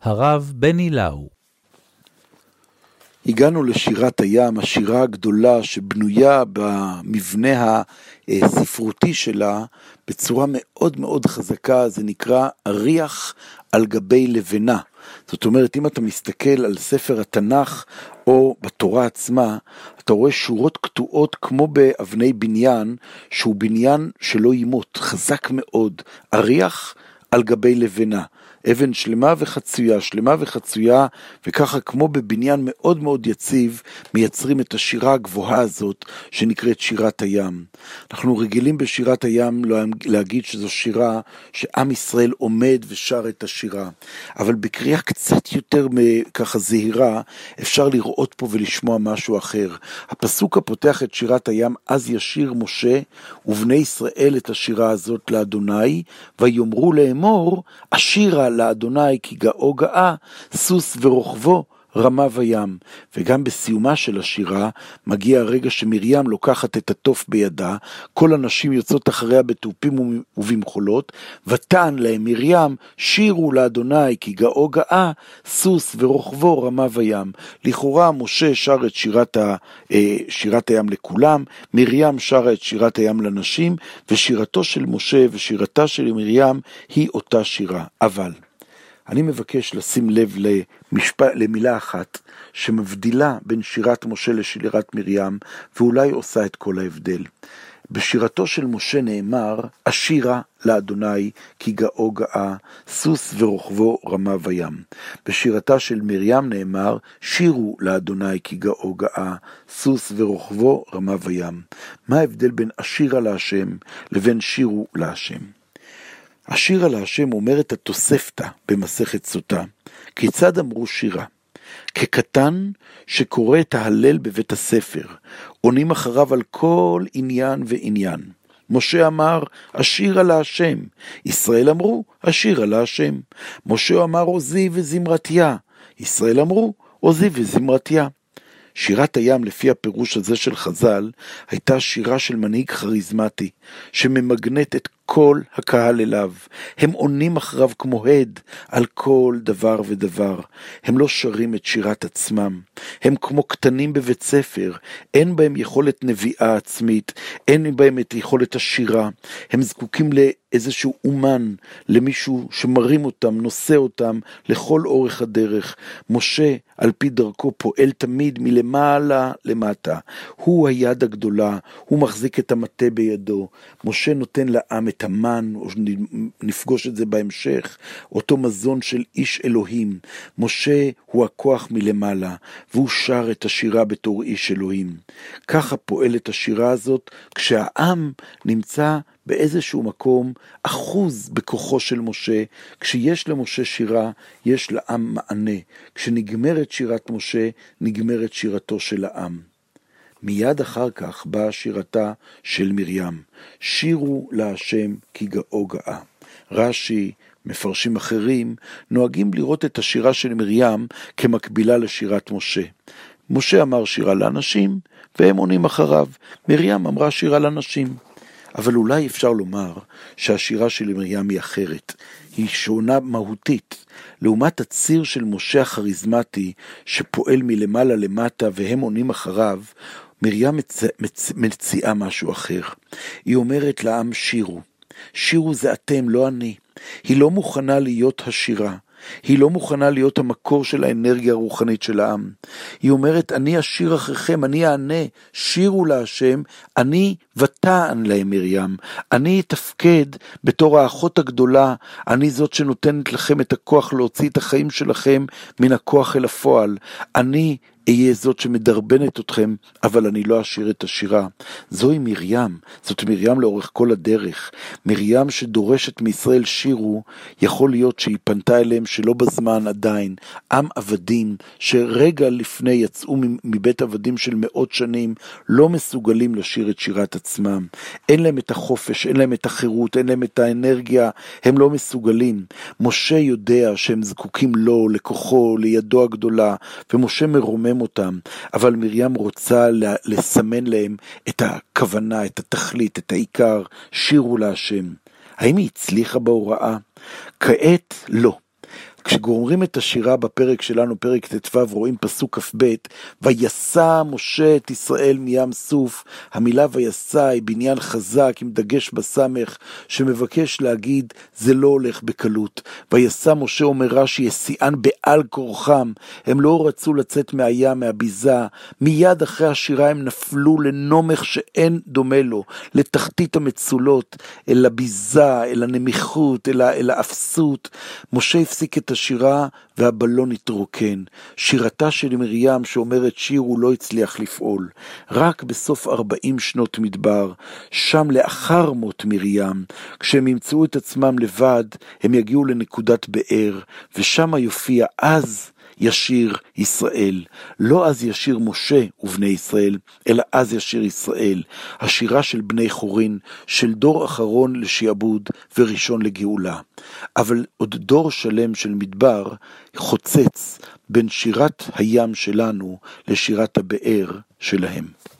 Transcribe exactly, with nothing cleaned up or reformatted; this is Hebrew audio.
הרב בני לאו. הגענו לשירת הים, השירה הגדולה שבנויה במבנה הספרותי שלה בצורה מאוד מאוד חזקה, זה נקרא אריח על גבי לבנה. זאת אומרת, אם אתה מסתכל על ספר התנ"ך או בתורה עצמה, אתה רואה שורות קטועות כמו באבני בניין, שהוא בניין שלא ימות, חזק מאוד, אריח על גבי לבנה. אבן שלמה וחצויה, שלמה וחצויה, וככה כמו בבניין מאוד מאוד יציב, מייצרים את השירה הגבוהה הזאת, שנקראת שירת הים. אנחנו רגילים בשירת הים להגיד שזו שירה שעם ישראל עומד ושר את השירה, אבל בקריאה קצת יותר ככה זהירה, אפשר לראות פה ולשמוע משהו אחר. הפסוק הפותח את שירת הים, אז ישיר משה ובני ישראל את השירה הזאת לאדוני, ויאמרו לאמור, השירה לאדוני כי גאו גאה, סוס ורוכבו רמה וים. וגם בסיומה של השירה מגיע הרגע שמרים לוקחת את התוף בידה, כל הנשים יוצאות אחריה בתופים ובמחולות, ותען להם מרים, שירו לאדוני כי גאו גאה, סוס ורוכבו רמה וים. לכאורה משה שר את שירת, ה, שירת הים לכולם, מרים שרה את שירת הים לנשים, ושירתו של משה ושירתה של מרים היא אותה שירה. אבל אני מבקש לשים לב למשפט, למילה אחת שמבדילה בין שירת משה לשירת מרים, ואולי עושה את כל ההבדל. בשירתו של משה נאמר, השירה לאדוני כי גאו גאה, סוס ורוכבו רמה וים. בשירתה של מרים נאמר, שירו לאדוני כי גאו גאה, סוס ורוכבו רמה וים. מה ההבדל בין השירה להשם לבין שירו להשם? השירה להשם אומרת התוספתא במסכת סוטה, כיצד אמרו שירה? כקטן שקורא את ההלל בבית הספר, עונים אחריו על כל עניין ועניין. משה אמר, השירה להשם. ישראל אמרו, השירה להשם. משה אמר, עוזי וזמרתיה. ישראל אמרו, עוזי וזמרתיה. שירת הים לפי הפירוש הזה של חז"ל הייתה שירה של מנהיג חריזמטי שממגנט את כל הקהל אליו. הם עונים אחריו כמו הד על כל דבר ודבר. הם לא שרים את שירת עצמם. הם כמו קטנים בבית ספר. אין בהם יכולת נביאה עצמית. אין בהם את יכולת השירה. הם זקוקים לאיזשהו אומן, למישהו שמרים אותם, נושא אותם לכל אורך הדרך. משה על פי דרכו פועל תמיד מלמעלה למטה. הוא היד הגדולה. הוא מחזיק את המטה בידו. משה נותן לעם את המן, או נפגוש את זה בהמשך, אותו מזון של איש אלוהים. משה הוא הכוח מלמעלה, והוא שר את השירה בתור איש אלוהים. ככה פועלת השירה הזאת, כשהעם נמצא באיזשהו מקום אחוז בכוחו של משה. כשיש למשה שירה, יש לעם מענה. כשנגמרת שירת משה, נגמרת שירתו של העם. מיד אחר כך באה שירתה של מרים, שירו להשם כי גאו גאה. רש"י, מפרשים אחרים, נוהגים לראות את השירה של מרים כמקבילה לשירת משה. משה אמר שירה לאנשים, והם עונים אחריו. מרים אמרה שירה לאנשים. אבל אולי אפשר לומר שהשירה של מרים היא אחרת. היא שונה מהותית. לעומת הציר של משה החריזמטי שפועל מלמעלה למטה והם עונים אחריו, מרים מצ... מצ... מציעה משהו אחר. היא אומרת לעם שירו. שירו זה אתם, לא אני. היא לא מוכנה להיות השירה. היא לא מוכנה להיות המקור של האנרגיה הרוחנית של העם. היא אומרת, אני אשיר אחריכם, אני אענה, שירו להשם, אני ותען להם מרים. אני אתפקד בתור האחות הגדולה, אני זאת שנותנת לכם את הכוח להוציא את החיים שלכם מן הכוח אל הפועל. אני אהיה זאת שמדרבנת אתכם, אבל אני לא אשיר את השירה. זוהי מרים, זאת מרים לאורך כל הדרך. מרים שדורשת מישראל שירו, יכול להיות שהיא פנתה אליהם שלא בזמן עדיין. עם עבדים שרגע לפני יצאו מבית עבדים של מאות שנים, לא מסוגלים לשיר את שירת עצמם. אין להם את החופש, אין להם את החירות, אין להם את האנרגיה, הם לא מסוגלים. משה יודע שהם זקוקים לו, לכוחו, לידו הגדולה, ומשה מרומם אותם, אבל מרים רוצה לסמן להם את הכוונה, את התכלית, את העיקר, שירו להשם. האם היא הצליחה בהוראה? כעת לא. כשגומרים את השירה בפרק שלנו, פרק ט"ו, רואים פסוק כ"ב, ויסע משה את ישראל מים סוף. המילה ויסע היא בניין חזק עם דגש בסמך, שמבקש להגיד זה לא הולך בקלות. ויסע משה, אומר רש"י, יסיען בעל כורחם, הם לא רצו לצאת מהים, מהביזה, מיד אחרי השירה הם נפלו לנומך שאין דומה לו, לתחתית המצולות, אל הביזה, אל הנמיכות, אל, אל האפסות. משה הפסיק את השירה והבלון התרוקן. שירתה של מרים שאומרת שיר הוא לא הצליח לפעול. רק בסוף ארבעים שנות מדבר, שם לאחר מות מרים, כשהם ימצאו את עצמם לבד, הם יגיעו לנקודת באר, ושם יופיע אז ישיר ישראל. לא אז ישיר משה ובני ישראל, אלא אז ישיר ישראל. השירה של בני חורין, של דור אחרון לשעבוד וראשון לגאולה. אבל עוד דור שלם של מדבר חוצץ בין שירת הים שלנו לשירת הבאר שלהם.